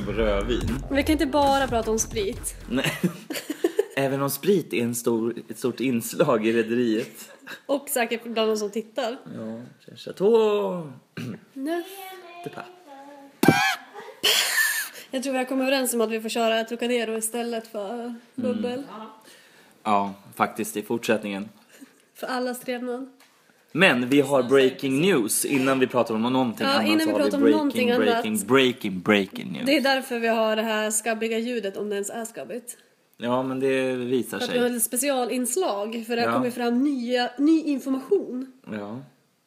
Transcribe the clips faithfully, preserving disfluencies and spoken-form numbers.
på rödvin. Vi kan inte bara prata om sprit. Nej. Även om sprit är en stor, ett stort inslag i rederiet. Och säkert bland de som tittar. Ja, Chateau. Nej. Det pa. Jag tror vi har kommit överens om att vi får köra Trocadero istället för bubbel. Mm. Ja, faktiskt i fortsättningen. För allas trevnad. Men vi har breaking news innan vi pratar om någonting ja, annat. Innan vi pratar om breaking, någonting breaking, annat. breaking, breaking, breaking news. Det är därför vi har det här skabbiga ljudet, om det ens är skabbigt. Ja, men det visar för sig. Att vi har ett specialinslag, för det har ja. kommit fram nya, ny information. Ja.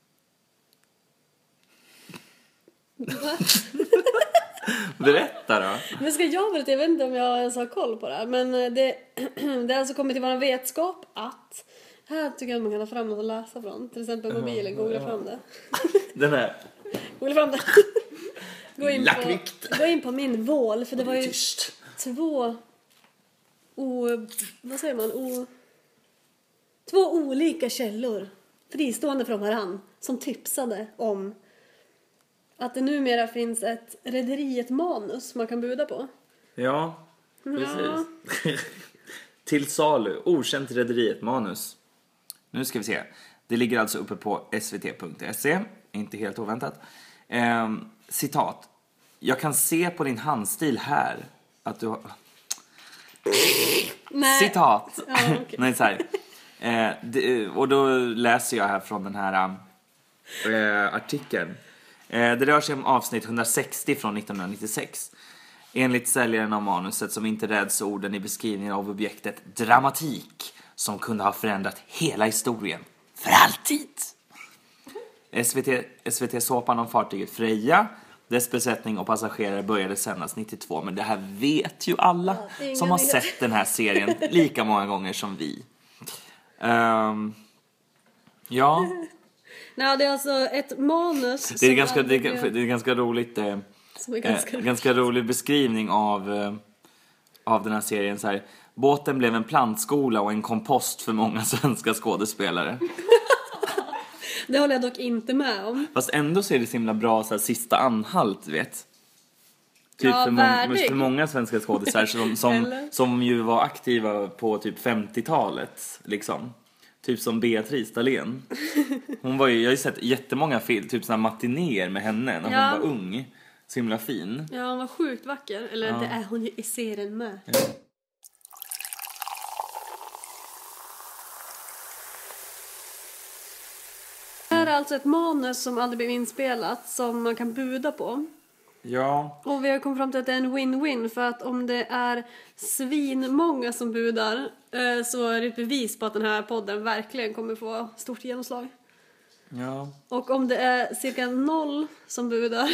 Va? Berätta då. Men ska jag berätta? Jag vet inte om jag ens har koll på det här. Men det, det har alltså kommit till vår vetskap att... Här tycker jag att man kan ha fram något att läsa från. Till exempel mobilen, googla ja. fram det. Den här. Googla fram det. Gå in, på, gå in på min vål. För det var ju tyst. två... O, vad säger man? O, två olika källor. Fristående från varann. Som tipsade om... Att det numera finns ett rederiet manus man kan buda på. Ja, precis. Ja. Till salu, okänt rederiet manus. Nu ska vi se. Det ligger alltså uppe på s v t punkt se. Inte helt oväntat. Eh, citat. Jag kan se på din handstil här att du har... Nej. Citat. Ja, okay. Nej, så här. Eh, det, och då läser jag här från den här eh, artikeln. Det rör sig om avsnitt hundrasextio från nittonhundranittiosex. Enligt säljaren av manuset som inte räds orden i beskrivningen av objektet dramatik som kunde ha förändrat hela historien för alltid. S V T, S V T-såpan om fartyget Freja, dess besättning och passagerare började sändas nittiotvå. Men det här vet ju alla ja, som har vet. sett den här serien lika många gånger som vi. Um, ja... Nej, det är alltså ett manus. Det är ganska, det är, det är ganska roligt. Eh, som är ganska, eh, ganska rolig beskrivning av, eh, av den här serien. Så här, båten blev en plantskola och en kompost för många svenska skådespelare. Det håller jag dock inte med om. Fast ändå så är det så himla bra så här, sista anhalt, du vet. Typ ja, för, må- för många svenska skådespelare som, som, som ju var aktiva på typ femtiotalet, liksom. Typ som Beatrice Dahlén. Hon var ju, jag har ju sett jättemånga film, typ såna matinéer med henne när ja. hon var ung. Så himla fin. Ja, hon var sjukt vacker. Eller ja. Det är hon ju i serien med. Ja. Det här är alltså ett manus som aldrig blev inspelat som man kan buda på. Ja. Och vi har kommit fram till att det är en win-win. För att om det är svinmånga som budar så är det ett bevis på att den här podden verkligen kommer få stort genomslag. Ja. Och om det är cirka noll som budar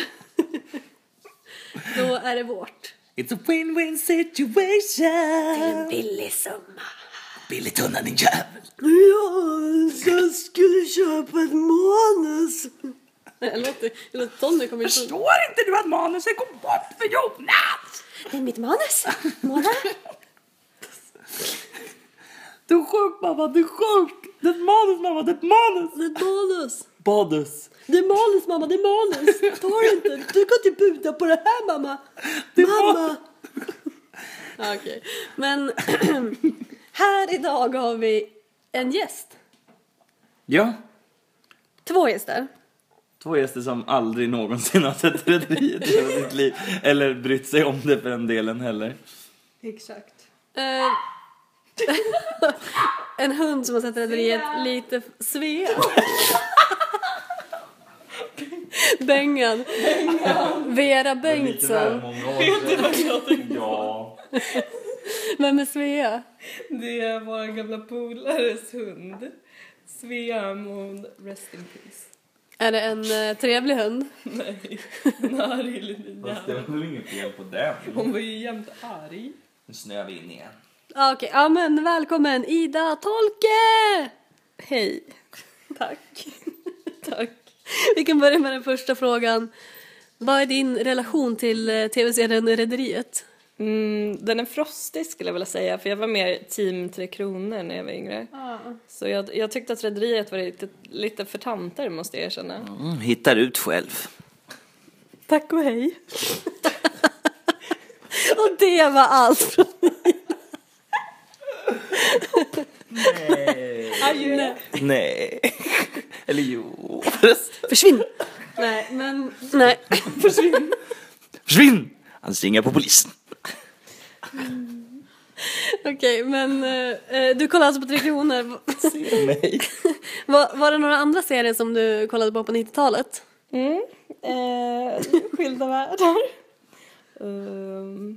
då är det vårt. It's a win-win situation. Till en billig summa. Billigt undan din jävel. Ja, jag skulle köpa ett manus. Jag låter, jag låter Tony kommer in. Förstår inte du att manuset går bort för Jonas? Det är mitt manus. Mona. Du är sjuk, mamma. Du är sjuk. Det är ett manus, mamma. Det är ett manus. Det är ett manus. Badus. Det är manus, mamma. Det är manus. Ta det inte. Du kan inte buda på det här, mamma. Det är mamma. Okej. Okay. Men här idag har vi en gäst. Ja. Två gäster. Två gäster som aldrig någonsin har sett rederiet i sitt liv. Eller brytt sig om det för en delen heller. Exakt. Uh, en hund som har sett rederiet lite... Svea. Bengan. Bengan. Vera Bengtsson. Ja. Vem är Svea? Det är vår gamla polares hund. Svea Moon, rest in peace. Är det en uh, trevlig hund? Nej, en arg liten jävel. Fast det var väl inget fel på den. Hon var ju jämt arg. Nu snöar vi in igen. Okej, okay, ja men välkommen Ida Tolke! Hej. Tack. Tack. Vi kan börja med den första frågan. Vad är din relation till uh, tv-serien Rederiet? Mm, den är frostig skulle jag vilja säga. För jag var mer team Tre Kronor när jag var yngre. Ah. Så jag, jag tyckte att Rederiet var lite, lite för tanter, måste jag erkänna. Mm, hittar ut själv. Tack och hej. Och det var allt från Nej. Nej. Nej. Eller jo. Försvinn. Nej, men nej. Försvinn. Försvinn! Han ringer på polisen. Okej, okay, men eh, du kollade alltså på Tre Kronor. Se mig. var, var det några andra serier som du kollade på på nittiotalet? Mm. Eh, skilda världar. Um.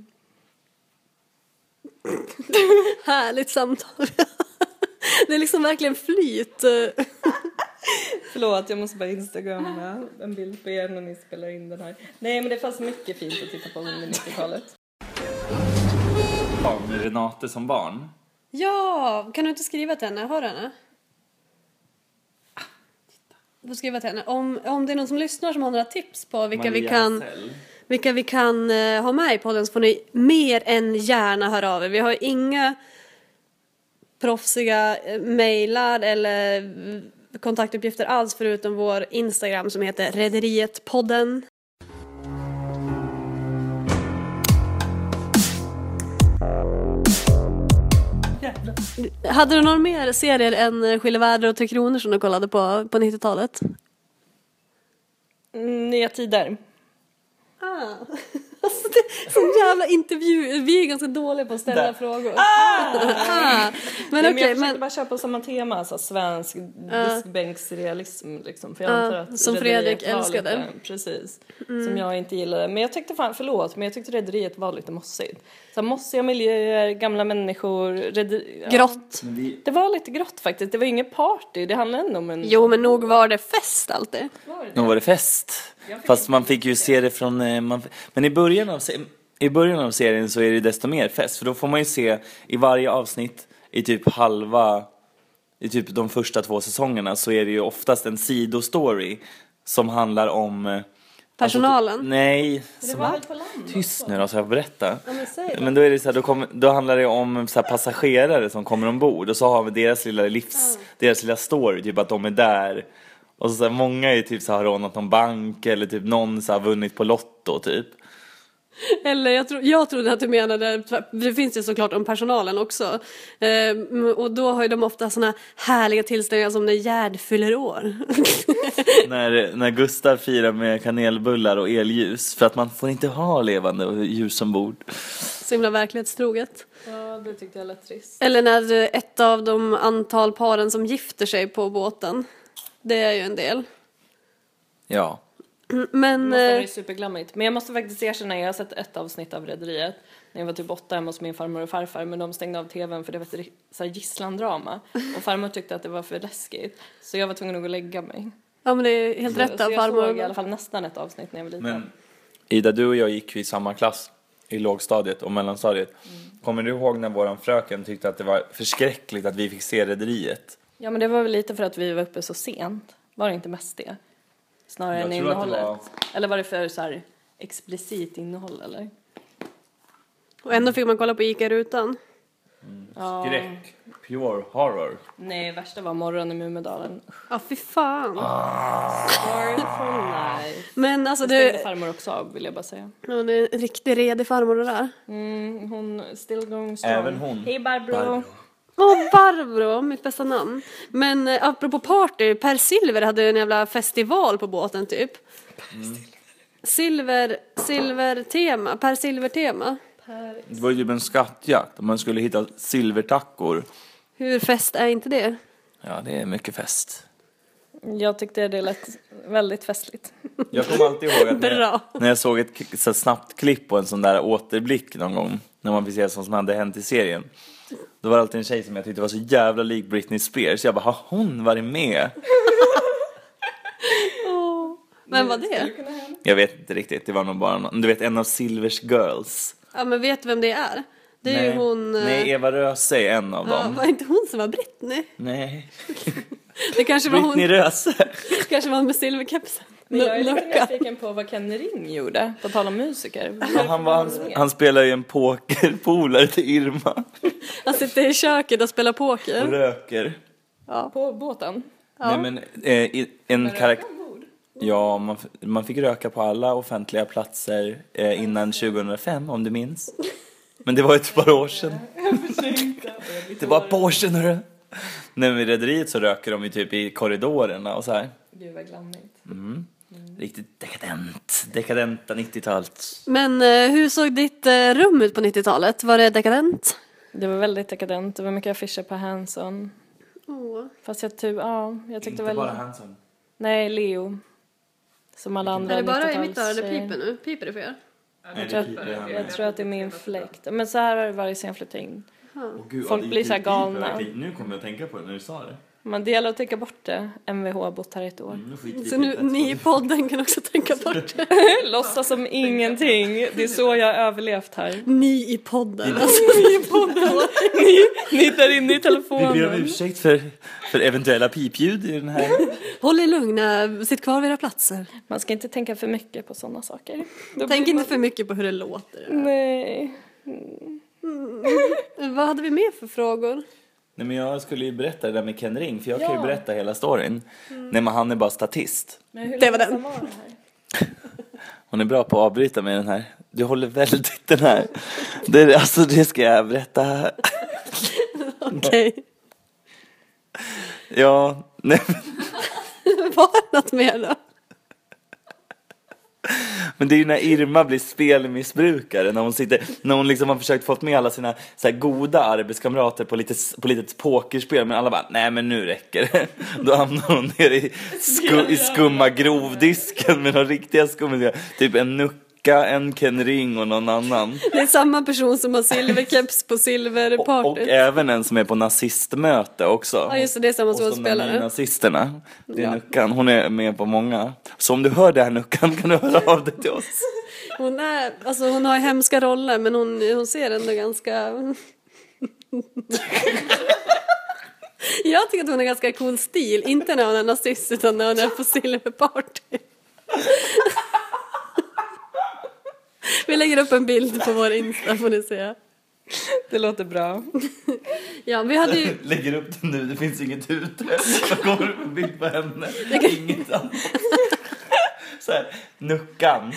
Härligt samtal. Det är liksom verkligen flyt. Förlåt, jag måste bara instagramma en bild på er när ni spelar in den här. Nej, men det fanns mycket fint att titta på under nittiotalet. Ja, med Renate som barn. Ja, kan du inte skriva till henne? Har du henne? Du får skriva till henne. Om, om det är någon som lyssnar som har några tips på vilka Maria vi kan... Sell. Vilka vi kan uh, ha med i podden, så får ni mer än gärna höra av er. Vi har inga proffsiga uh, mejlar eller uh, kontaktuppgifter alls förutom vår Instagram som heter Rederiet-podden. Jävlar. Hade du någon mer serier än Skilda världar och Tre Kronor som du kollade på på nittiotalet? Mm, nya tider. Ah. Alltså det är sån jävla intervju. Vi är ganska dåliga på att ställa Där. frågor. Ah. ah. Men Nej, okej, men jag försökte men bara köpa samma tema, alltså svensk uh. diskbänksrealism liksom, för jag Uh, antar att som Rederiet Fredrik var älskade. lite, precis, mm. som jag inte gillade. Men jag tyckte fan, förlåt, men jag tyckte Rederiet var lite mossigt. Så mossiga miljöer, gamla människor, reder, ja. Grått. Det var lite grått faktiskt. Det var ingen party, det handlade ändå om en... Jo, men nog var det fest alltid. Nu var det fest. Fast man fick ju se det från... eh, Man, men i början, av, se- i början av serien så är det desto mer fest. För då får man ju se i varje avsnitt i typ halva... I typ de första två säsongerna så är det ju oftast en sidostory som handlar om... eh, Personalen? Alltså, nej. Det var väl på land Tyst också. nu då, så jag får berätta. Ja, men säg det. Men då är det så här, då, kommer, då handlar det om så här passagerare som kommer ombord. Och så har vi deras lilla livs, deras lilla story, typ att de är där. Och så, så här, många är typ så här, har rånat någon bank eller typ någon så här, vunnit på Lotto typ. Eller jag, tro, jag trodde att du menade, det finns ju såklart om personalen också. Ehm, och då har ju de ofta såna härliga tillställningar som när Gerd fyller år. när, när Gustav firar med kanelbullar och elljus. För att man får inte ha levande ljus ombord. Så himla verklighetstroget. Ja, det tyckte jag lät trist. Eller när ett av de antal paren som gifter sig på båten. Det är ju en del. Ja. Men... Det måste vara eh, superglammigt. Men jag måste faktiskt erkänna, jag har sett ett avsnitt av Rederiet när jag var typ åtta hemma hos min farmor och farfar, men de stängde av tvn för det var ett så här gisslandrama. Och farmor tyckte att det var för läskigt. Så jag var tvungen att gå och lägga mig. Ja, men det är helt Så, rätt så av jag farmor. såg i alla fall nästan ett avsnitt när jag var liten. Men Ida, du och jag gick i samma klass i lågstadiet och mellanstadiet. Mm. Kommer du ihåg när våran fröken tyckte att det var förskräckligt att vi fick se Rederiet? Ja, men det var väl lite för att vi var uppe så sent. Var det inte mest det? Snarare Jag än tror att det innehållet. var- Eller var det för så här explicit innehåll, eller? Och ändå fick man kolla på Ica-rutan. Ja. Skräck. Pure horror. Nej, värsta var Morgon i Mumedalen. Ja, fy fan. Story for life. Men alltså Det stängde det, farmor också av, vill jag bara säga. ja, det är en riktig redig farmor det där. Mm, hon still going strong. Även hon. Hej Barbro. Barbro. Åh, Barbro, mitt bästa namn. Men eh, apropå party, Per Silver hade en jävla festival på båten typ. Mm. Silver, silver-tema, Per Silver-tema. Per. Det var ju typ en skattjakt. Man skulle hitta silvertackor. Hur fest är inte det? Ja, det är mycket fest. Jag tyckte det lät väldigt festligt. Jag kommer alltid ihåg att när Bra. jag, när jag såg ett k- så här snabbt klipp på en sån där återblick någon gång. När man fick se sånt som hade hänt i serien. Då var det alltid en tjej som jag tyckte var så jävla lik Britney Spears. Jag bara, har hon varit med? Vem var det? Jag vet inte riktigt, det var nog bara någon, du vet, en av Silvers girls. Ja, men vet du vem det är? Det är Nej. ju hon... eh, Nej, Eva Röse är en av ja, dem. var inte hon som var Britney? Nej. Det kanske var Britney hon, Röse. kanske var hon med silverkepsen. Men jag är lite Lucka. nyfiken på vad Ken Ring gjorde, på tal om musiker. Vad är det Ja, för han, var, han, någonting? han spelar ju en pokerpolare till Irma. Han sitter i köket och spelar Och poker. röker. Ja. På båten? Nej, men eh, i- en karaktär. Ja, man, man fick röka på alla offentliga platser eh, innan tjugohundrafem, om du minns. Men det var ett par år sedan. Det var ett par år sedan, hörru. När vi rederiet så röker de ju typ i korridorerna och så här. Gud vad glammigt. Mm. Mm. Riktigt dekadent. Dekadenta nittiotalet. Men eh, hur såg ditt eh, rum ut på nittiotalet? Var det dekadent? Det var väldigt dekadent. Det var mycket affischer på Hanson. Oh. Fast jag typ, ja, jag tyckte Inte väl... bara Hanson. Nej, Leo. Som alla andra Är det bara i mitt nittiotalstjejer. öra det piper nu? Piper det för er? Jag tror, att, jag tror att det är min fläkt. Men så här har det varit sen jag flyttade in. Åh, gud, Folk ja, det- blir så här det- galna. det- Nu kommer jag att tänka på det när du sa det. Men det gäller att tänka bort det. M V H har bott här ett år. Mm, nu skiter vi Så i nu, det. ni i podden kan också tänka bort det. Låtsas som ingenting. Det är så jag har överlevt här. Ni i podden. Alltså, ni i podden. Ni, ni där inne i Vi ber om telefonen. ursäkt för, för eventuella pipljud i den här. Håll er lugna, sitt kvar vid era platser. Man ska inte tänka för mycket på sådana saker. Då Tänk blir man- inte för mycket på hur det låter. Nej. Vad hade vi mer för frågor? Nej, men jag skulle ju berätta det där med Ken Ring, för jag kan ju Ja. berätta hela storyn. Nej, men han är bara statist. Men hur Det var länge den. sedan var det här? Hon är bra på att avbryta med den här. Du håller väldigt den här. Det, alltså det ska jag berätta. Okej. Ja, nej, men- Var det något mer då? men det är ju när Irma blir spelmissbrukare. När hon, sitter, när hon liksom har försökt få med alla sina så här goda arbetskamrater på lite, på lite pokerspel. Men alla bara, nej men nu räcker det. Då hamnar hon ner i, sku, i skumma grovdisken med de riktiga skumma. Typ en nucka, en Ken Ring och någon annan. Det är samma person som har silverkeps på Och, och silverpartyt. även en som är på nazistmöte också. Ja just det, det är samma Och så de skådespelare. nazisterna. Det är Ja. Nuckan. Hon är med på många. Så om du hör det här Nuckan kan du höra av dig till oss. Hon är, alltså hon har ju hemska roller men hon, hon ser ändå ganska... Jag tycker att hon har ganska cool stil. Inte när hon är nazist utan när hon är på silverparty. Vi lägger upp en bild på vår Insta får ni se. Det låter bra. Ja, vi hade ju... Lägger upp den nu, det finns inget ute. Vad kommer det för bild på henne? Inget annat. Så här, Nuckan.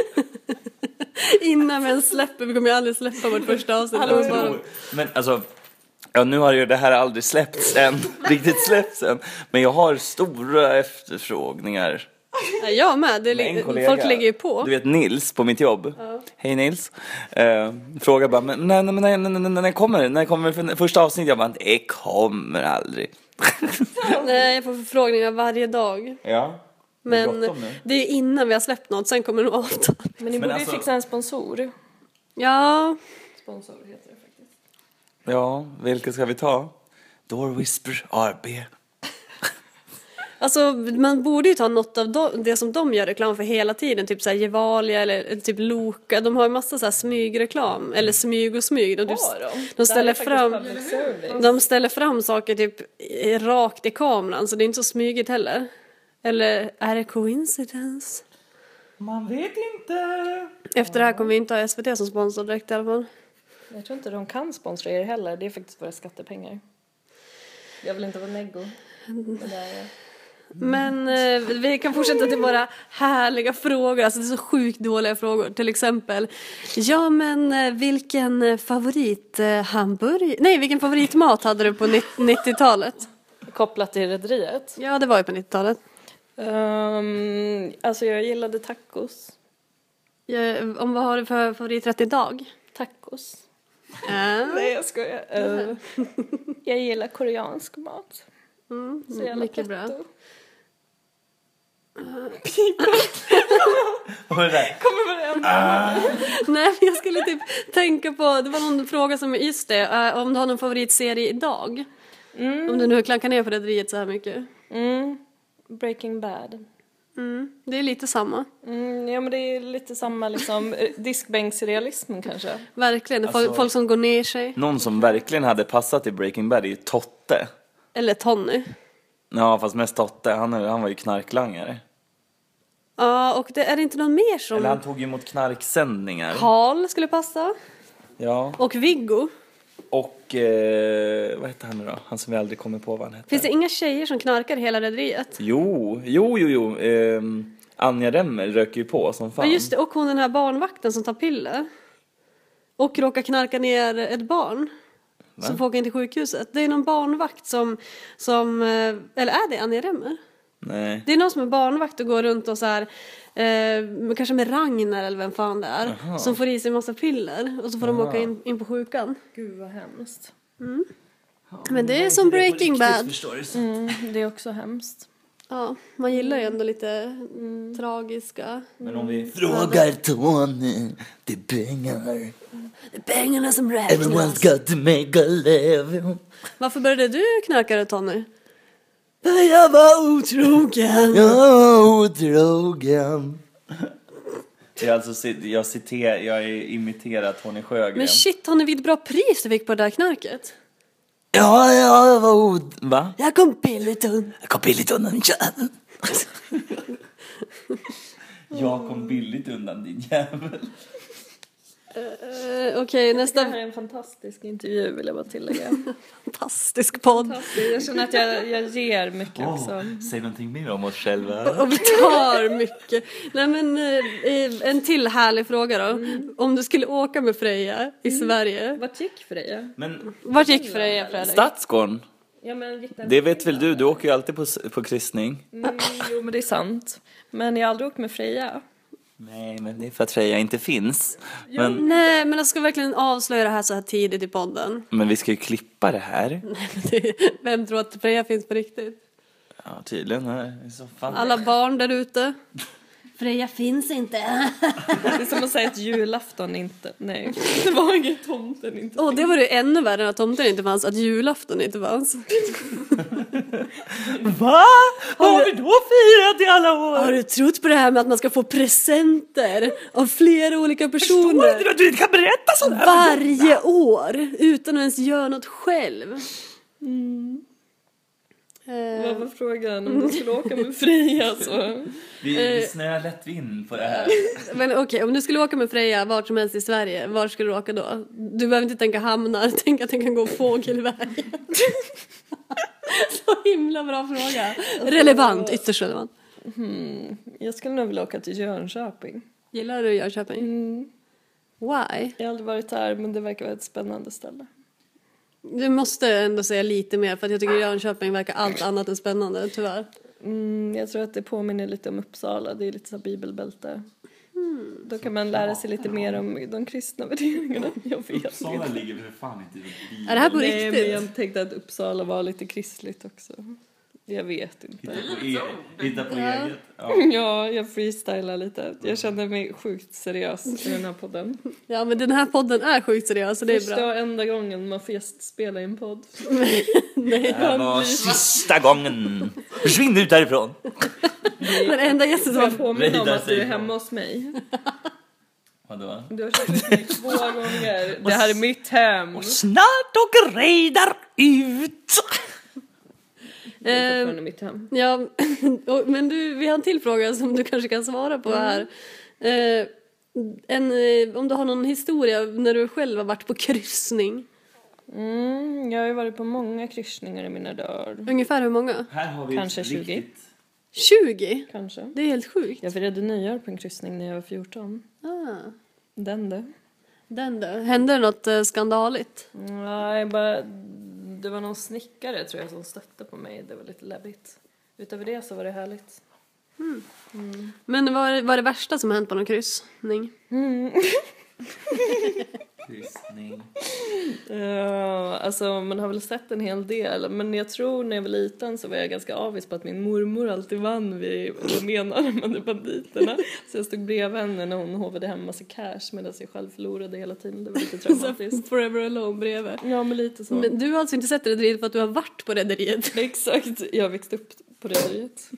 Innan vi ens släpper, vi kommer ju aldrig släppa vårt första avsnitt. Hallå, Bara- Jo, men alltså, ja, nu har ju det här aldrig släppts än. Riktigt släppts än. Men jag har stora efterfrågningar. Ja, jag med, det är Med en li- kollega. folk lägger ju på. Du vet Nils på mitt jobb. Hej Nils. Eh, frågar bara, men när, när, när, när, när, när kommer när kommer för första avsnitt? Jag bara, det kommer aldrig. Nej, jag får förfrågningar varje dag. Ja. Men bråttom nu. det är innan vi har släppt något, sen kommer det nog avtal. Men ni Men borde alltså- ju fixa en sponsor. Ja, Sponsor heter det faktiskt. Ja, vilka ska vi ta? Door Whisper R B. alltså man borde ju ta något av de, det som de gör reklam för hela tiden. Typ såhär Gevalia eller typ Loka. De har ju massa såhär smygreklam. Eller smyg och smyg. De, typ, Har de? de ställer Det här är fram... faktiskt public service. De ställer fram saker typ i- rakt i kameran. Så det är inte så smygigt heller. Eller är det coincidence? Man vet inte. Efter det här kommer vi inte ha S V T som sponsor direkt i alla fall. Jag tror inte de kan sponsra er heller. Det är faktiskt våra skattepengar. Jag vill inte vara neggo. Men det är jag. Men eh, vi kan fortsätta till våra härliga frågor. Alltså det är så sjukt dåliga frågor. Till exempel, ja men eh, vilken favorit eh, hamburgare... Nej, vilken favoritmat hade du på nittiotalet? Kopplat till rederiet. Ja, det var ju på nittiotalet. Um, alltså jag gillade tacos. Ja, om vad har du för favoriträtt idag? Tacos. Äh. Nej jag skojar. Uh, jag gillar koreansk mat. Mm, Så jävla mycket bra. pretto. Vad var det där? Kommer varenda. Nej, jag skulle typ tänka på... Det var någon fråga som... Just det, eh, om du har någon favoritserie idag? Mm. Om du nu klankar ner på rederiet så här mycket. Mm. Breaking Bad. Mm, det är lite samma. Mm, ja men det är lite samma liksom eh, diskbänksrealism kanske. Verkligen. Folk, Alltså- folk som går ner sig. Någon som verkligen hade passat i Breaking Bad är ju Totte. Eller Tony. Ja, fast mest Totte. Han, är- han var ju knarklangare. Ja, och det är det inte någon mer som... Eller han tog ju emot knarksändningar. Karl skulle passa. Ja. Och Viggo. och eh, vad heter han nu då? Han som vi aldrig kommer på vad han heter. Finns det inga tjejer som knarkar i hela rederiet? Jo, jo, jo, jo. Eh, Anja Remmer röker ju på som fan. Ja just det, och hon den här barnvakten som tar piller. Och råkar knarka ner ett barn. Va? Som får åka in till sjukhuset. Det är någon barnvakt som, som eller är det Anja Remmer? Nej. Det är någon som är barnvakt och går runt och så här, eh, kanske med Ragnar eller vem fan det är. Aha. Som får i sig en massa piller. Och så får Aha. de åka in, in på sjukan. Gud vad hemskt. Mm. Ja, men det är som Breaking Bad. Mm, det är också hemskt. Ja, man gillar ju ändå lite mm, tragiska. Men om vi frågar Tony, det är pengar. Det är pengarna som räknas. Everyone's got to make a live. Varför började du knarka det, Tony? Jag var otrogen. Jag var otrogen. Jag, alltså, jag, citerar, jag imiterar Tony Sjögren. Men shit, har ni vilket bra pris du fick på det där knarket? Ja, ja, jag var od... Va? Jag kom billigt undan. Jag kom billigt undan din jävel. Jag kom billigt undan din jävel. Uh, Okej, okay, nästa... Det här är en fantastisk intervju, vill jag bara tillägga. Fantastisk podd. Fantastisk. Jag känner att jag, jag ger mycket oh, också. Säg någonting mer om oss själva. Och, och vi tar mycket. Nej men, eh, en till härlig fråga då. Mm. Om du skulle åka med Freja i mm. Sverige. Vart gick Freja? Men... Vart gick Freja, Fredrik? Stadsgården. Ja, men gick det vet väl du, du åker ju alltid på, på kryssning. Mm, jo, men det är sant. Men jag har aldrig åkt med Freja. Nej, men det är för att Freja inte finns. Men... Nej, men jag ska verkligen avslöja det här så här tidigt i podden. Men vi ska ju klippa det här. Vem tror att Freja finns på riktigt? Ja, tydligen. I så fall. Alla barn där ute. Freja finns inte. Det är som att säga att julafton inte... Nej, det var inget tomten inte. Åh, oh, det var det ännu värre än att tomten inte fanns. Att julafton inte fanns. Va? Har vi då firat i alla år? Har du trott på det här med att man ska få presenter av flera olika personer? Förstår inte att du inte kan berätta sånt här? Varje år. Utan att ens göra något själv. Mm. Vad var frågan? Om du skulle åka med Freja så... Vi, vi snöar lätt in på det här. Men okej, okay, om du skulle åka med Freja vart som helst i Sverige, var skulle du åka då? Du behöver inte tänka hamnar, tänk att den kan gå fågelvägen. Så himla bra fråga. Relevant, ytterst relevant. Hmm. Jag skulle nog vilja åka till Jönköping. Gillar du Jönköping? Mm. Why? Jag har aldrig varit här, men det verkar vara ett spännande ställe. Du måste ändå säga lite mer, för att jag tycker Jönköping verkar allt annat än spännande, tyvärr. Mm, jag tror att det påminner lite om Uppsala. Det är lite så här bibelbälte. Mm. Då kan man lära sig lite mer om de kristna värderingarna. Jag vet Uppsala inte. Ligger för fan inte i Bibeln. Är det här på Nej, riktigt? Men jag tänkte att Uppsala var lite kristligt också. Jag vet inte. Hitta på, e- hitta på ja. eget. Ja. ja, jag freestylar lite. Jag känner mig sjukt seriös i den här podden. Ja, men den här podden är sjukt seriös, så det är Första bra. Första enda gången man får gästspela i en podd. Nej, det här var sista gången. Försvinn ut därifrån. Den enda gästen som var påminna om att du är hemma hos mig. Vadå? Du har kört mig två gånger. Det här är mitt hem. Och snart åker Reidar ut. Det är fortfarande mitt hem. Ja, men du, vi har en till fråga som du kanske kan svara på här. Mm. Eh, en, om du har någon historia när du själv har varit på kryssning. Mm, jag har ju varit på många kryssningar i mina dagar. Ungefär hur många? Här har vi kanske tjugo. Riktigt... tjugo? Kanske. Det är helt sjukt. Jag firade nyår på en kryssning när jag var fjorton. Ah. Den då? Den då? Hände det något uh, skandaligt? Nej, bara... Det var någon snickare tror jag som stötte på mig. Det var lite läbbigt. Utöver det så var det härligt. Mm. Mm. Men vad är, vad är det värsta som hänt på någon kryssning? Mm. kryssning. Ja, alltså man har väl sett en hel del. Men jag tror när jag var liten så var jag ganska avis på att min mormor alltid vann vid de enarmade banditerna. Så jag stod bredvid henne när hon hovade hem massa cash medan jag själv förlorade hela tiden. Det var lite traumatiskt. Forever alone bredvid. Ja, men lite så. Men du har alltså inte sett rederiet för att du har varit på rederiet? Exakt, jag växte upp på rederiet.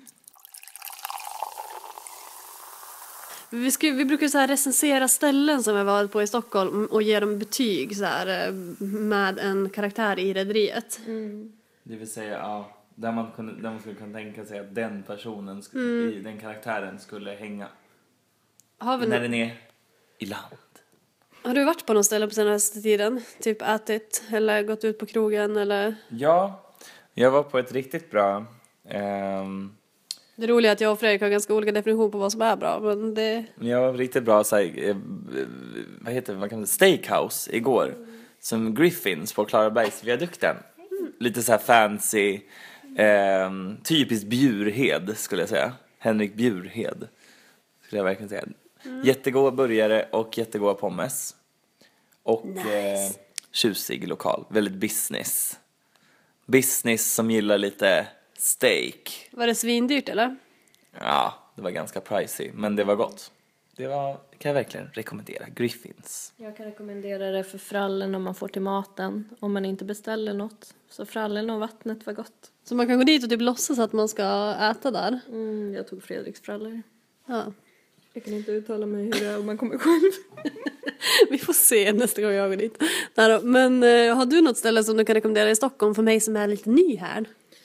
Vi, ska, vi brukar så här recensera ställen som vi har varit på i Stockholm och ge dem betyg så här, med en karaktär i rederiet. Mm. Det vill säga, ja, där man, kunde, där man skulle kunna tänka sig att den personen, skulle, mm. i den karaktären skulle hänga. Har vi när no- den är i land. Har du varit på något ställe på senaste tiden? Typ ätit eller gått ut på krogen eller? Ja, jag var på ett riktigt bra... Ehm, Det roliga är att jag och Fredrik har ganska olika definition på vad som är bra, men det... jag var riktigt bra så här, eh, vad heter det, vad kan man säga, steakhouse igår. Som Griffins på Klarabergsviadukten. Lite så här fancy, ehm, typiskt Bjurhed skulle jag säga. Henrik Bjurhed skulle jag verkligen säga. Mm. Jättegoda burgare och jättegoda pommes. Och nice. eh, tjusig lokal, väldigt business. Business som gillar lite steak. Var det svindyrt eller? Ja, det var ganska pricey, men det var gott. Det var, kan jag verkligen rekommendera. Griffins. Jag kan rekommendera det för frallen om man får till maten. Om man inte beställer något. Så frallen och vattnet var gott. Så man kan gå dit och typ låtsas att man ska äta där? Mm, jag tog Fredriks frallor. Ja. Jag kan inte uttala mig hur det är om man kommer själv. Vi får se nästa gång jag går dit. Nej då. Men uh, har du något ställe som du kan rekommendera i Stockholm för mig som är lite ny här?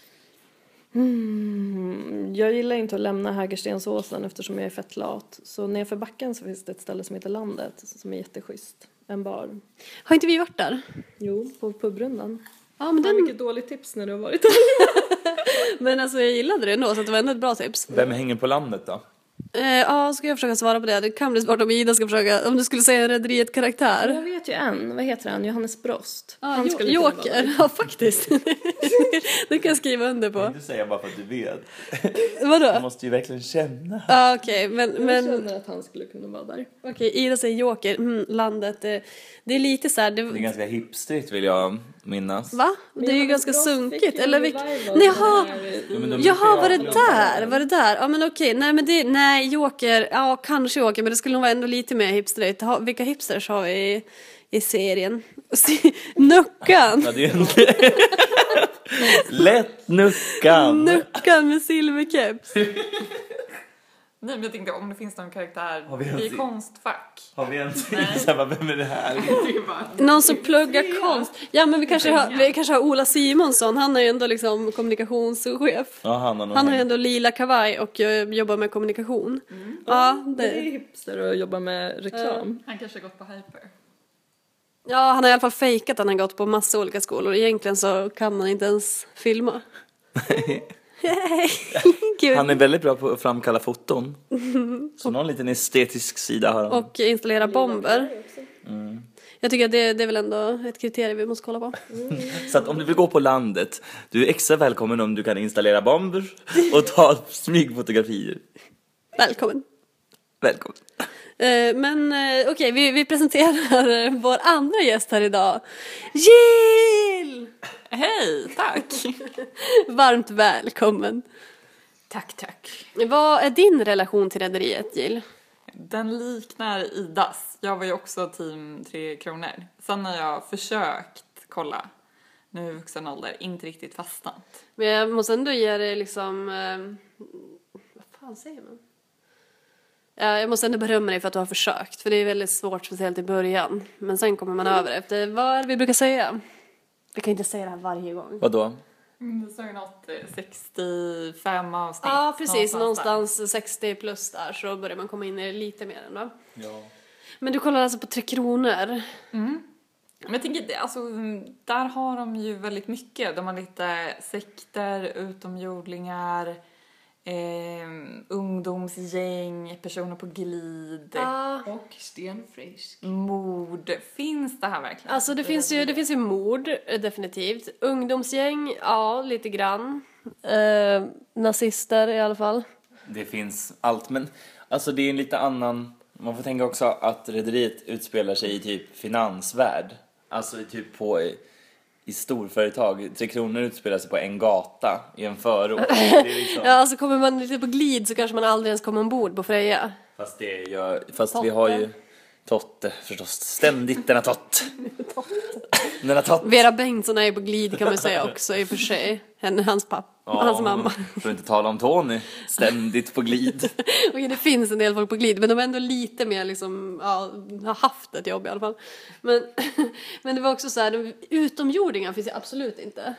Mm, jag gillar inte att lämna Hägerstensåsen eftersom jag är fett lat. Så nerför backen så finns det ett ställe som heter Landet som är jätteschysst. En bar. Har inte vi varit där? Jo, på pubrundan. Ja, men den... Vilket dåligt tips när du har varit där. Men alltså jag gillade det ändå så att det var ändå ett bra tips. Vem hänger på landet då? Eh, ja, ska jag försöka svara på det. Det kan bli svårt om Ida ska försöka. Om du skulle säga en Rederiet-karaktär. Jag vet ju en. Vad heter han? Johannes Brost. Ah, han jo- skulle Joker. Ja, faktiskt. Det kan jag skriva under på. Du säger bara för att du vet. Vadå? Du måste ju verkligen känna. Ja, ah, okej. Okay. Men, Jag men... känner att han skulle kunna vara där. Okej, okay, Ida säger Joker. Mm, landet. Det, det är lite så här... Det... Det är ganska hipstrigt vill jag minnas. Va? Det är ju ganska sunkigt. Eller vilk... Nej, jaha. Ja, men de Jaha, var det där? Var det där? Ja, men okej. Nej, men det... Nej, Joker. Ja, kanske Joker. Men det skulle nog vara ändå lite mer hipstrigt. Ha, vilka hipsters har vi i, i serien? Nuckan. Ja, det är en... Lätt Nuckan. Nuckan med silverkeps. Nej, men jag tänkte om det finns någon karaktär vi ens- i konstfack. Har vi en till? Så här, vem är det här? Det är bara... Någon som pluggar konst. Ja, men vi kanske har, vi kanske har Ola Simonsson. Han är ju ändå liksom kommunikationschef. Ja, han har, Han har ju ändå lila kavaj och uh, jobbar med kommunikation. Mm. Ja, Det är det, hipster att jobba med reklam. Han kanske har gått på hyper. ja, han har i alla fall fejkat att han har gått på massa olika skolor. Egentligen så kan han inte ens filma. Gud. Han är väldigt bra på att framkalla foton. Så någon liten estetisk sida har han. Och installera bomber. Mm. Jag tycker att det, det är väl ändå ett kriterium vi måste kolla på. Mm. Så att om du vill gå på landet, du är extra välkommen om du kan installera bomber och ta smygfotografier. Välkommen. Välkommen. Eh, men eh, okej, okay, vi, vi presenterar eh, vår andra gäst här idag. Jill! Hej, tack! Varmt välkommen. tack, tack. Vad är din relation till Rederiet, Jill? Den liknar Idas. Jag var ju också team Tre Kronor. Sen har jag försökt kolla nu i vuxen ålder, inte riktigt fastnat. Men jag måste ändå ge dig liksom... Eh, vad fan säger man? Ja, jag måste ändå berömma dig för att du har försökt. För det är väldigt svårt, speciellt i början. Men sen kommer man över efter. Vad är det vi brukar säga? Vi kan inte säga det här varje gång. Vadå? Det står ju något eh, sextiofem avsnitt. Ja, precis. någonstans Någonstans sextio plus där så börjar man komma in i det lite mer ändå. Ja. Men du kollar alltså på Tre Kronor. Mm. Men jag tänker, det- alltså, där har de ju väldigt mycket. De har lite sekter, utomjordlingar, eh, ungdomsgäng, personer på glid, Ja. Och stenfrisk. mord. Finns det här verkligen? Alltså det finns ju, det finns ju mord, eh, definitivt. Ungdomsgäng, ja, lite grann. Eh, nazister i alla fall. Det finns allt, men alltså det är en lite annan... Man får tänka också att Rederiet utspelar sig i typ finansvärld. Alltså typ på i, i storföretag. Tre Kronor utspelar sig på en gata i en förort. Det är liksom, Ja, alltså kommer man lite på glid så kanske man aldrig ens kommer ombord på Freja. fast det gör, fast vi har ju Totte förstås. Ständigt denna tott. denna tott. Vera Bengtsson är ju på glid kan man säga också i och för sig. Henne, hans pappa, hans mamma. För att inte tala om Tony. Ständigt på glid. Okej, det finns en del folk på glid, men de är ändå lite mer liksom, ja, har haft ett jobb i alla fall. Men, men det var också så här, de, utomjordingar finns ju absolut inte.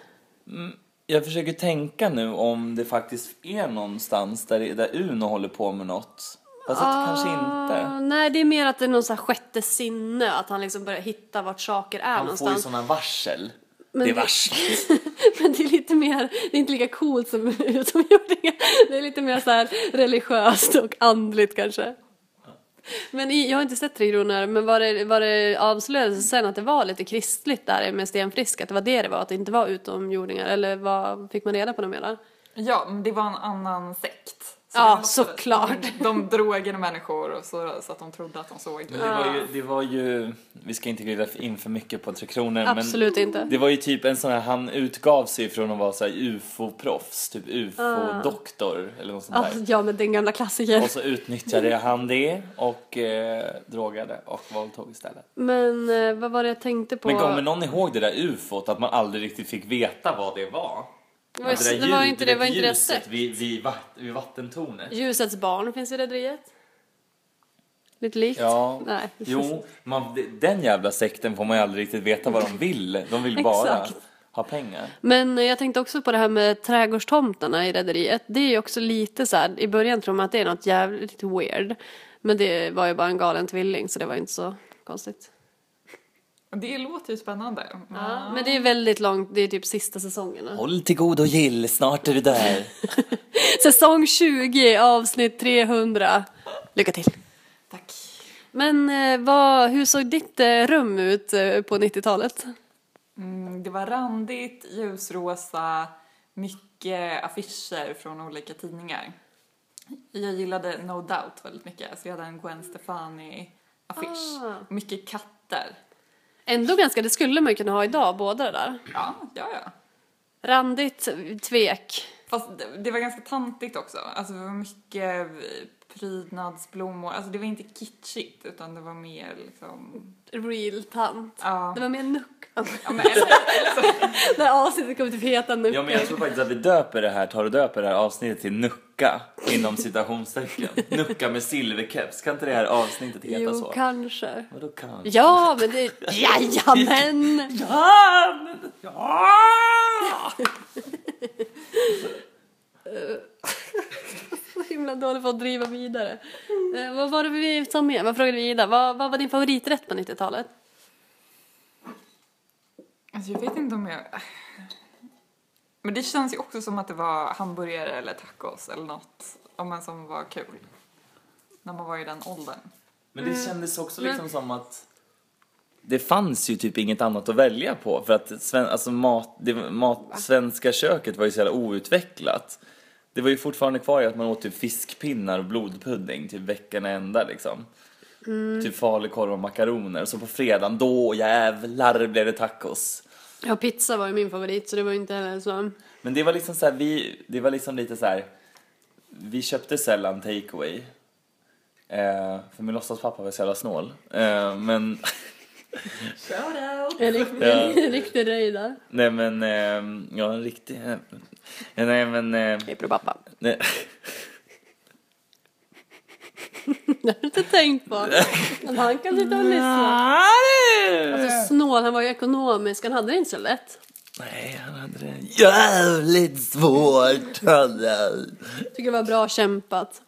Jag försöker tänka nu om det faktiskt är någonstans där, där Uno håller på med något. Fast ah, kanske inte. Nej, det är mer att det är någon så här sjätte sinne. Att han liksom börjar hitta vart saker är han någonstans. Han får ju sådana varsel. Men det är varsel. Men det är lite mer, det är inte lika coolt som utomjordingar. Det är lite mer så här religiöst och andligt kanske. Men i, jag har inte sett Tre Kronor, men var det, var det avslöjades sen att det var lite kristligt där med Stenfrisk, att det var det det var, att det inte var utomjordingar, eller vad fick man reda på det mer där? Ja, men det var en annan sekt. Så ja, såklart. De, de drog in människor och så, så att de trodde att de såg. Men det var ju, det var ju vi ska inte glida in för mycket på Tre Kronor. Absolut men inte. Det var ju typ en sån här, han utgav sig från att vara så här U F O-proffs, typ U F O-doktor eller något sånt ah, där. Ja, men den gamla klassiker. Och så utnyttjade han det och eh, drogade och våldtog istället. Men eh, vad var det jag tänkte på? Men kommer någon ihåg det där U F O-t, att man aldrig riktigt fick veta vad det var? Det var, det, det var inte det, var inte det sett. Vid, vid, vatt, vid vattentornet. Ljusets barn finns i rederiet. Lite likt. Ja, nej. Jo, man, den jävla sekten får man ju aldrig riktigt veta vad de vill. De vill bara ha pengar. Men jag tänkte också på det här med trädgårdstomtarna i rederiet. Det är ju också lite så här, i början tror man att det är något jävligt weird. Men det var ju bara en galen tvilling, så det var inte så konstigt. Det låter ju spännande. Ja, men det är väldigt långt, det är typ sista säsongerna. Håll till god och gill, snart är du där. Säsong tjugo, avsnitt trehundra. Lycka till. Tack. Men eh, vad, hur såg ditt eh, rum ut eh, på nittiotalet? Mm, det var randigt, ljusrosa, mycket affischer från olika tidningar. Jag gillade No Doubt väldigt mycket, så jag hade en Gwen Stefani-affisch. Ah. Mycket katter. Ändå ganska, det skulle man ju kunna ha idag, båda det där. Ja, ja, ja. Randigt, tvek. Fast det, det var ganska tantigt också. Alltså det var mycket prydnadsblommor. Alltså det var inte kitschigt, utan det var mer liksom... Real tant. Ja. Det var mer nuck. Ja, men eller, eller så. Det här avsnittet kommer typ heta nuck. Ja, men jag tror faktiskt att vi döper det här, tar och döper det här avsnittet till Nucka, inom citationstecken. Nucka med silverkeps. Kan inte det här avsnittet heta jo, så? Jo, kanske. Vadå kanske? Ja, men det... Jajamän! Ja, men... Ja! Så himla dåligt för att driva vidare. Eh, vad var det vi sa med? Vad frågade vi Ida? Vad, vad var din favoriträtt på nittiotalet? Alltså jag vet inte om jag... Men det känns ju också som att det var hamburgare eller tacos eller något. Om en som var kul. När man var i den åldern. Men det kändes också liksom mm. som att det fanns ju typ inget annat att välja på. För att sven, alltså mat, det, mat, svenska köket var ju så jävla outvecklat. Det var ju fortfarande kvar i att man åt typ fiskpinnar och blodpudding typ veckorna ända liksom. Mm. Typ falukorv och makaroner. Och så på fredagen, då jävlar blev det tacos. Ja, pizza var ju min favorit, så det var inte heller så. Men det var liksom så här, vi, det var liksom lite så här, vi köpte sällan takeaway. Eh, för min låtsaspappa var så jävla snål. Eh, men... Shout out! En riktig, ja. En riktig röjda. Nej men, eh, ja en riktig... Eh, nej men... Eh, Hej pro pappa. Nej. Det har du inte tänkt på. Men han kan inte ha lyssnat. Alltså snål, han var ju ekonomisk. Han hade det inte så lätt. Nej, han hade det jävligt svårt. Tycker det var bra kämpat.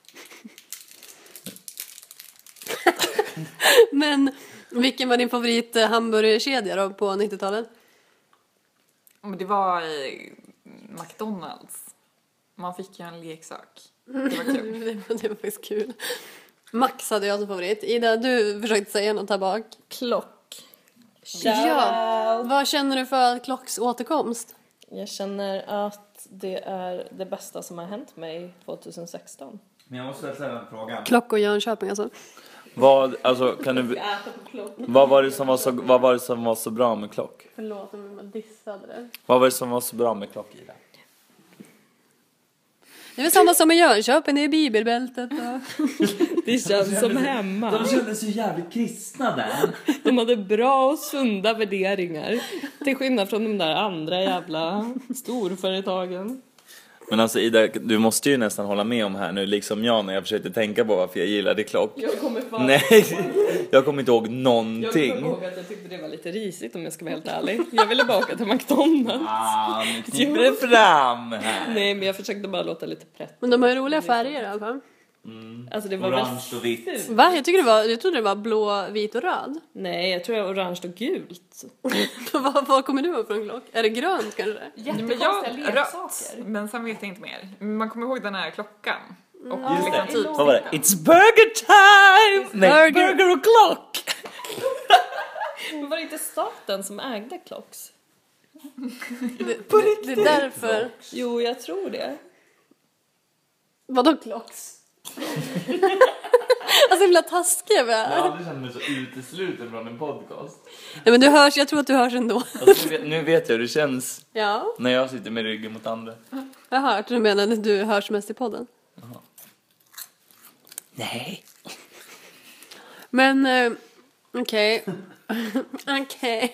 Men vilken var din favorit hamburgerkedja då på nittiotalet? Men det var i McDonalds. Man fick ju en leksak. Det var kul. det, var, det var faktiskt kul. Max hade jag som favorit. Ida, du försökte säga något här bak. Klock. Ja. Vad känner du för Klocks återkomst? Jag känner att det är det bästa som har hänt mig tjugohundrasexton. Men jag måste ställa en fråga. Klock och Jönköping alltså. Vad, alltså, kan du... Vad var det som var så, vad var det som var så bra med Klock? Förlåt om jag dissade det. Vad var det som var så bra med Klock i det? Det är väl samma som i Jönköping, det är bibelbältet och... Det känns som hemma. De kändes så jävligt kristna där. De hade bra och sunda värderingar. Till skillnad från de där andra jävla storföretagen. Men alltså Ida, du måste ju nästan hålla med om här nu, liksom jag när jag försökte tänka på varför jag gillade Klock. Jag kommer fan... Nej, jag kommer inte ihåg någonting. Jag kommer ihåg att jag tyckte det var lite risigt om jag ska vara helt ärlig. Jag ville bara åka till McDonalds. Ah, nu kniper det fram här. Nej, men jag försökte bara låta lite prätt. Men de har ju roliga färger i alla fall. Mm. Alltså det var Orange väl och vitt. Va? Jag, tycker det var, jag trodde det var blå, vit och röd. Nej, jag tror det var orange och gult. Vad vad kommer du ihåg från klock? Är det grönt kanske? Men Jättekonstiga jag, rött, leksaker. men sen vet jag inte mer. Man kommer ihåg den här klockan. Och Just liksom det. typ Vad var det? It's burger time! Nej, burger. burger och klock! Men var det inte staten som ägde Clocks? Det, det, det är därför. Jo, jag tror det. Vadå klocks? Alltså himla taskiga vi Jag har är. aldrig känt mig så utesluten från en podcast. Nej men du hörs, jag tror att du hörs ändå. Alltså, nu, vet, nu vet jag hur det känns Ja, när jag sitter med ryggen mot andra. jag har hört. Du menar att du hörs mest i podden. Nej. Men eh, okej. Okej.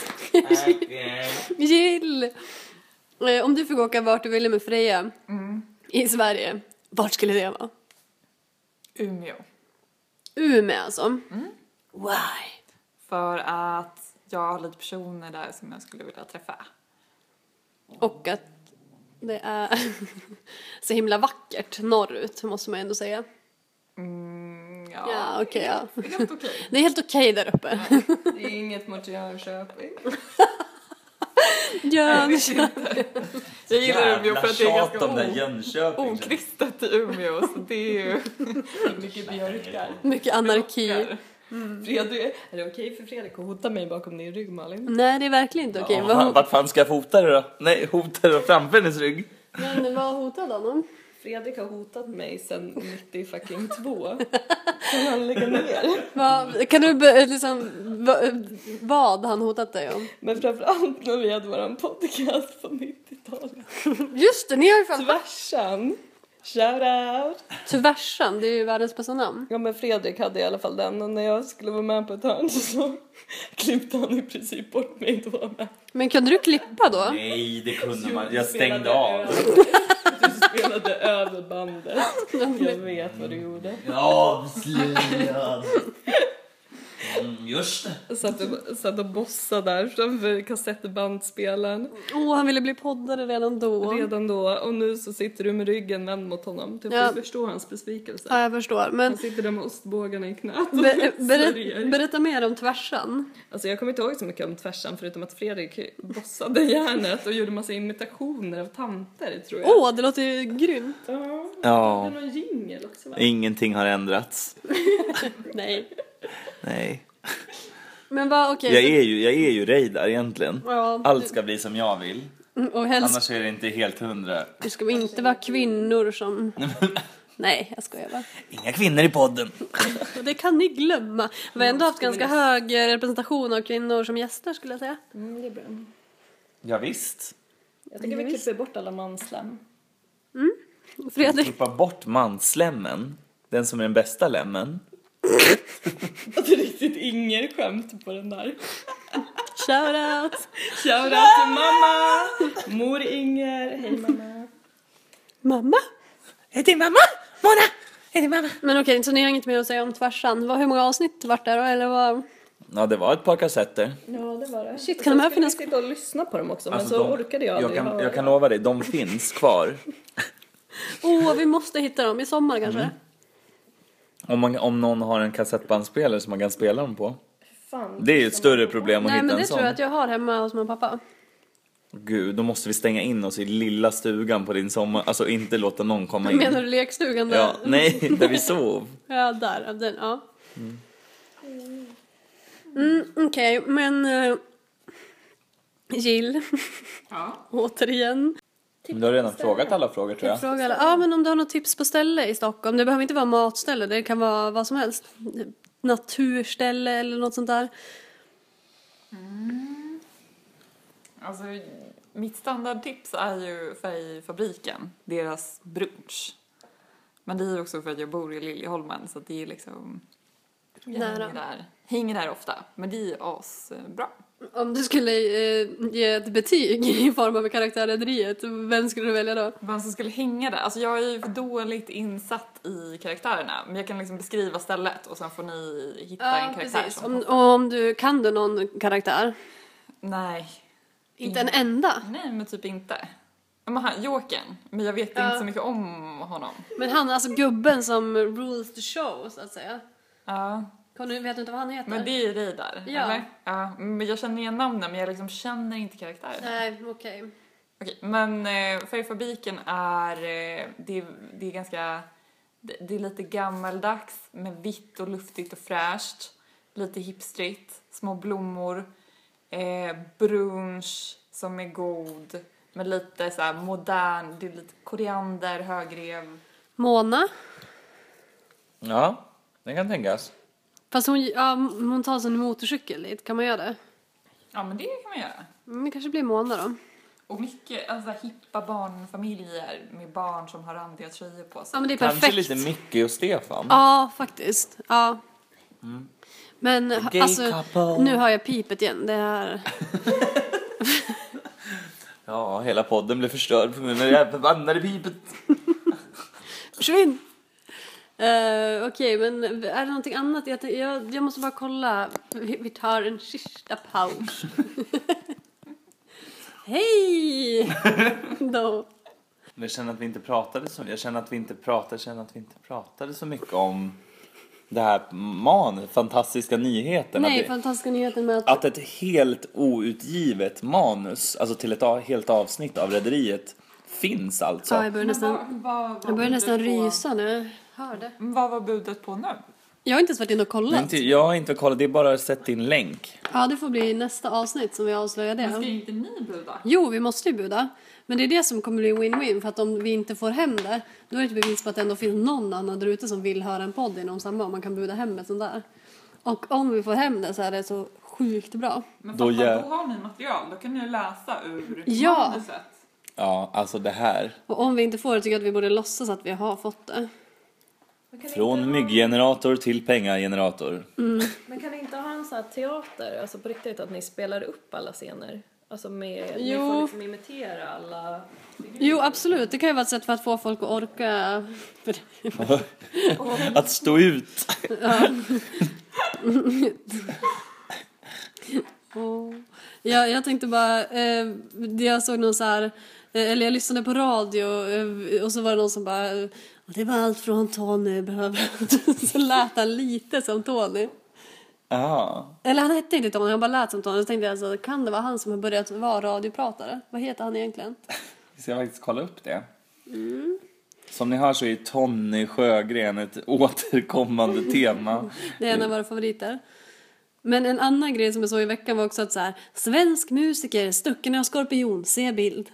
Gill. Eh, om du fick åka vart du ville med Freja i Sverige, vart skulle det vara? Umeå. Umeå alltså. Why? För att jag har lite personer där som jag skulle vilja träffa. Och att det är så himla vackert norrut, måste man ändå säga. Mm, ja, Ja, okej, ja. helt okej. Det är helt okej där uppe. Det är inget mot Jönköping. Jönköping. Jag gillar Umeå för att det är ganska om den o- Jönköping. okristet i Umeå. Så det är ju... Mycket björkar. Mycket anarki. Fredrik, är det okej för Fredrik att hota mig bakom din rygg, Malin? Nej, det är verkligen inte okej. Ja, Vad fan, hot- vart fan ska jag fota det då? Nej, hota det då framför hennes rygg. Men vad hotade honom? Fredrik har hotat mig sedan nittio fucking två. Kan han lägga ner? Vad, kan du be, liksom, va, vad han hotat dig om? Men framförallt när vi hade våran podcast på nittiotalet. Just det, ni har ju fan... Tvärsan. Shout out. Tvärsan, det är ju världens bästa namn. Ja, men Fredrik hade i alla fall den. Och när jag skulle vara med på ett hörn så klippte han i princip bort mig då med. Men kunde du klippa då? Nej, det kunde man. Du Jag spelade stängde av. över- Du spelade över bandet. Jag vet vad du gjorde. Avslöjad. Mm, just det. Jag satt och, satt och bossade där framför kassettbandspelaren Åh, han ville bli poddare redan då. redan då. Och nu så sitter du med ryggen vänd mot honom. Du får Ja. förstå hans besvikelse. Ja, jag förstår. Men Han sitter där med ostbågarna i knät och be, sörjer. berätt, berätta mer om tvärsan. Alltså jag kommer inte ihåg så mycket om tvärsan förutom att Fredrik bossade järnet och gjorde massa imitationer av tanter, tror jag. Åh, det låter ju grymt. Ja. Ja, Det var någon jingel också, va? ingenting har ändrats. Nej. Nej. Men vad, okej. Jag är ju, jag är ju Reidar egentligen. Ja, Allt ska bli som jag vill. och helst Annars är det inte helt hundra. det ska vi inte vara kvinnor som... Nej, jag skojar bara. Inga kvinnor i podden. Det kan ni glömma. Vi har ändå haft ganska hög representation av kvinnor som gäster, skulle jag säga. Mm, det är bra. Ja, visst. Jag tycker vi klipper bort alla manslem. Fredrik. Klippa bort manslemmen. Den som är den bästa lämmen. Det är riktigt ingen skämt på den där. Shout out. Shoutout till mamma! Mor Inger, hej mamma. Mamma. Är det mamma? Mona! Är det mamma? Men okej, så ni har inget mer att säga om tvärsan. Vad, hur många avsnitt vart det då? Eller vad? Ja, det var ett par kassetter. Ja, det var det. Shit, kan de här finnas- Jag sitta och lyssna på dem också, men Alltså, så de- orkade jag Jag aldrig kan, höra. jag kan lova dig, de finns kvar. Åh, oh, vi måste hitta dem i sommar kanske. Om, man, om någon har en kassettbandspelare som man kan spela dem på. Fan, Det är ju ett större problem att Nej, hitta men en det sån. tror jag att jag har hemma hos mamma och pappa. Gud, då måste vi stänga in oss i lilla stugan på din sommar. Alltså inte låta någon komma in. Menar du lekstugan där? Ja, nej, där vi sov. Ja, där. Den, ja. Mm, okej, men... Uh, Jill, Ja. återigen. Men du har redan frågat alla frågor, tror jag. Fråga alla. Ja, men om du har något tips på ställe i Stockholm. Det behöver inte vara matställe, det kan vara vad som helst. Naturställe eller något sånt där. Alltså, mitt standardtips är ju Färgfabriken, deras brunch. Men det är ju också för att jag bor i Liljeholmen, så att det är liksom... Jag Nära. hänger där, hänger där ofta, men det är asbra. Om du skulle eh, ge ett betyg i form av karaktärrederiet, vem skulle du välja då? Vem som skulle hänga där? Alltså jag är ju för dåligt insatt i karaktärerna, men jag kan liksom beskriva stället och sen får ni hitta en karaktär som... Om, om du kan du någon karaktär? Nej. Inte en enda? Nej, men typ inte. Men han, Jokern. Men jag vet Ja. inte så mycket om honom. Men han, alltså gubben som rules the show, så att säga. Ja. Kan du, vet du inte vad han heter? Men det är Reidar, Ja. eller? Ja. Men jag känner igen namnen, men jag liksom känner inte karaktären. Nej, okej. Okej, men eh, Färgfabriken är, eh, det, det är ganska, det, det är lite gammaldags med vitt och luftigt och fräscht. Lite hipstrigt, små blommor, eh, brunch som är god. Med lite så här modern, det är lite koriander, högrev. Mona. Ja, det kan tänkas. Fast hon, ja, hon tar sin motorcykel dit. Kan man göra det? Ja, men det kan man göra. Mm, det kanske blir Mona då. Och mycket alltså, hippa barnfamiljer med barn som har randiga tröjor på sig. Ja, men det är Kanske perfekt. lite Micke och Stefan. Ja, faktiskt. Ja. Mm. Men Gay alltså, couple. nu har jag pipet igen. Det är... Ja, hela podden blev förstörd på grund av det här förbannade pipet. Försvinn! Uh, Okej, men är det någonting annat? Jag, jag, jag måste bara kolla. Vi, vi tar en sista paus. Hej! Då. Jag känner att vi inte pratade så, jag känner att vi inte pratade, jag känner att vi inte pratade så mycket om det här man, fantastiska nyheten. Nej, att, det, fantastiska nyheten med att... att ett helt outgivet manus, alltså till ett a- helt avsnitt av Rederiet, finns alltså. Ja, jag börjar Men nästan, vad, vad, jag börjar nästan budet på- rysa när jag hör det. Vad var budet på nu? Jag har inte ens varit inne och Men kollat. inte, jag har inte kollat, det är bara sett din länk. Ja, det får bli nästa avsnitt som vi avslöjar Men ska det. inte ni buda? Jo, vi måste ju buda. Men det är det som kommer bli win-win. För att om vi inte får hem det, då är det ett bevis på att det ändå finns någon annan där ute som vill höra en podd inom samma. Och man kan buda hem ett sånt där. Och om vi får hem det så är det så sjukt bra. Men Då då, gör- då har ni material, då kan ni läsa ur Ja. manuset. Ja, alltså det här. Och om vi inte får det tycker jag att vi borde låtsas att vi har fått det. Från mygggenerator till pengagenerator. Men kan ni inte ha en sån här teater, alltså på riktigt, att ni spelar upp alla scener? Alltså med, ni Jo. får liksom imitera alla... Jo, absolut. Det kan ju vara ett sätt för att få folk att orka. Att stå ut. Oh. Ja, jag tänkte bara, eh, jag såg någon så här, eh, eller jag lyssnade på radio eh, och så var det någon som bara, eh, det var allt från Tony behöver. Så lät han lite som Tony. Ja. Eller han hette inte Tony, han bara lät som Tony. Så tänkte jag, alltså, kan det vara han som har börjat vara radiopratare? Vad heter han egentligen? Vi ska faktiskt kolla upp det. Som ni hör så är Tony Sjögren ett återkommande tema. Det är en av våra favoriter. Men en annan grej som jag såg i veckan var också att så här, svensk musiker, stucken av skorpion, se bild.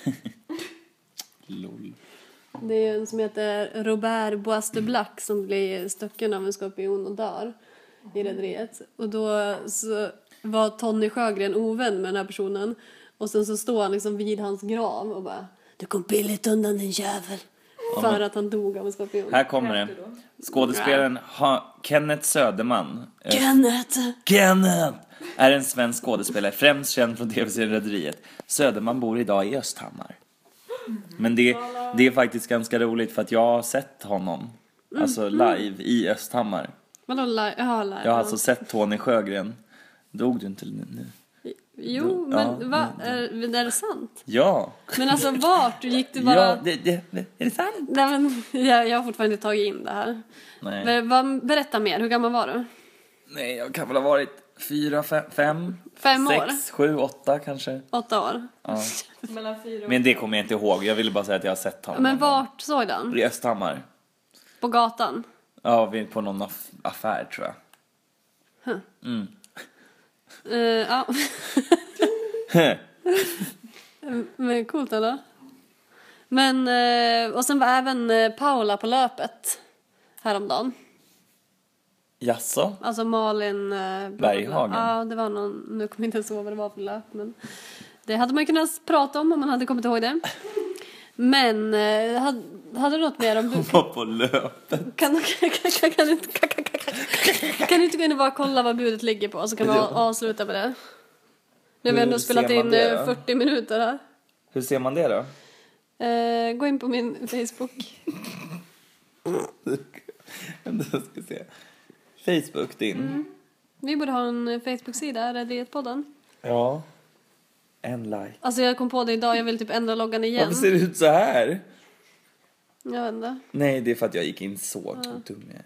Lol. Det är en som heter Robert Bois de Black som blir stucken av en skorpion och dör i Rederiet. Och då så var Tony Sjögren ovän med den här personen. Och sen så står han liksom vid hans grav och bara, du kom billigt undan din jävel. För att han dog av en skorpion. Här kommer det. Skådespelaren ha- Kenneth Söderman. eh, Kenneth! Kenneth! Är en svensk skådespelare, främst känd från tv-serien Rederiet. Söderman bor idag i Östhammar. Men det, det är faktiskt ganska roligt för att jag har sett honom. Alltså live i Östhammar. Vadå live? Ja, live. Jag har alltså sett Tony Sjögren. Dog du inte nu? Jo, men Ja. va? Är, är det sant? Ja. Men alltså vart? Du gick du bara... Ja, det, det, är det sant? Nej, men jag, jag har fortfarande inte tagit in det här. Nej. Men, vad, berätta mer, hur gammal var du? Nej, jag kan väl ha varit fyra, fem, fem, Fem år? sex, sju, åtta kanske. Åtta år? Ja. Mellan fyra och... Men det kommer jag inte ihåg. Jag ville bara säga att jag har sett honom. Men vart såg den? I Östhammar. På gatan? Ja, vi är på någon aff- affär tror jag. Mm. Uh, ja. Men coolt eller? Men, eh, och sen var även eh, Paula på löpet häromdagen. Jaså? Alltså Malin... Eh, Berghagen? Ja, det var någon... Nu kommer jag inte ens ihåg vad det var för löp, men... Det hade man kunnat prata om om man hade kommit ihåg det. Men, eh, hade, hade du något mer om... Du, Var på löpet. kan, kan, kan, kan, kan, du inte- kan, kan, kan, kan, kan du inte gå in och bara kolla vad budet ligger på? Så kan vi Ja. avsluta med det. Nu har vi Hur ändå spelat ser man in det eh, då? fyrtio minuter här. Hur ser man det då? Eh, gå in på min Facebook. Vänta, jag ska se. Facebook din. Vi borde ha en Facebook-sida, Rederiet-podden. Ja. En like. Alltså jag kom på det idag, jag vill typ ändra loggan igen. Varför ser det ut så här? Jag vet inte. Nej, det är för att jag gick in så ja. dum jag är.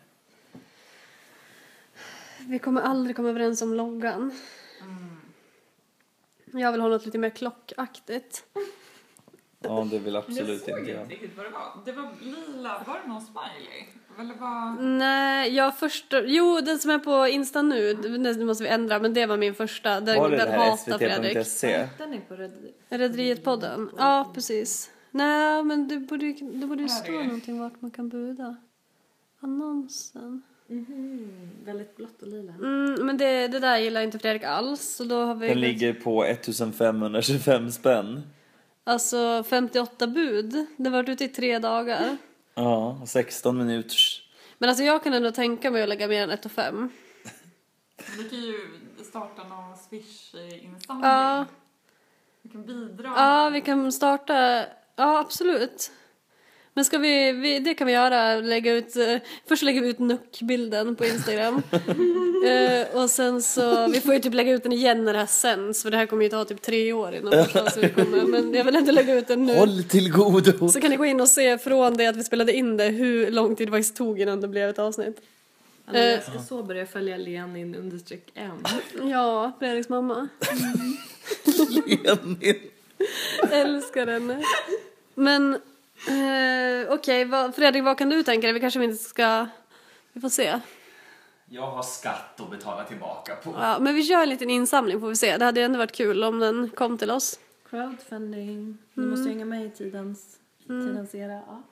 Vi kommer aldrig komma överens om loggan. Mm. Jag vill ha något lite mer klockaktigt. Ja, det vill absolut jag såg inte jag. inte riktigt vad det var. Det var lila, var det någon smiley? Eller var... Nej, jag första... Jo, den som är på Insta nu, den måste vi ändra, men det var min första. Den, var det den det här hatar S V T punkt se? Den är på Rederiet. Rederiet-podden. Ja, precis. Nej, men det borde ju, det borde ju stå någonting vart man kan buda. Annonsen. Mm-hmm. Väldigt blått och lila. Mm, men det, det där gillar inte Fredrik alls. Så då har vi den ligger på ettusenfemhundratjugofem spänn. Alltså femtioåtta bud. Det har varit ute i tre dagar. Ja, sexton minuters. Men alltså jag kan ändå tänka mig att lägga mer än ett och fem. Vi kan ju starta någon Swish-insamling. Ja. Vi kan bidra. Ja, vi kan starta. Ja, absolut. Men ska vi, vi det kan vi göra. Lägga ut, uh, först lägger vi ut Nuck-bilden på Instagram. uh, och sen så, vi får ju typ lägga ut den igen när det här sänds. För det här kommer ju ta typ tre år innan det kommer. Men jag vill inte lägga ut den nu. Håll till godo. Så kan ni gå in och se från det att vi spelade in det hur lång tid det faktiskt tog innan det blev ett avsnitt. Alltså, jag ska så börja följa Lenin understreck M. Ja, Fredriks mamma. Mm. Lenin. Älskar henne. Men eh, okej, okay, Fredrik, vad kan du tänka dig? Vi kanske inte ska... Vi får se. Jag har skatt att betala tillbaka på. Ja, men vi kör en liten insamling får vi se. Det hade ju ändå varit kul om den kom till oss. Crowdfunding. Du mm. måste hänga med i tidens, mm. tidens era. Ja.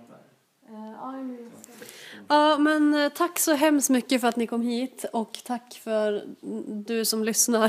Ja, men tack så hemskt mycket för att ni kom hit. Och tack för du som lyssnar.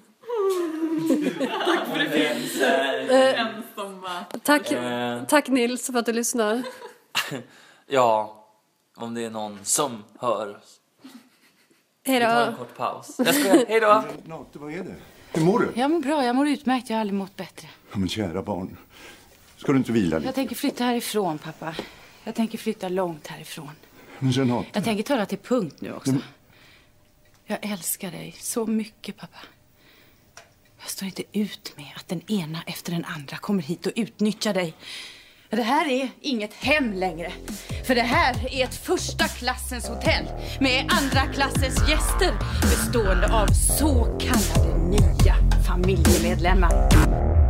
Tack för det finns eh, ensamma. Tack, eh. tack Nils för att du lyssnar. Ja, om det är någon som hör oss. Hej då. Vi tar en kort paus. Jag skojar, hej då. Nate, vad är det? Hur mår du? Jag mår bra, jag mår utmärkt. Jag har aldrig mått bättre. Ja, men kära barn. Ska du inte vila lite? Jag tänker flytta härifrån, pappa. Jag tänker flytta långt härifrån. Men Renate... Jag tänker ta det till punkt nu också. Men... Jag älskar dig så mycket, pappa. Jag står inte ut med att den ena efter den andra kommer hit och utnyttjar dig. Det här är inget hem längre. För det här är ett första klassens hotell med andra klassens gäster bestående av så kallade nya familjemedlemmar.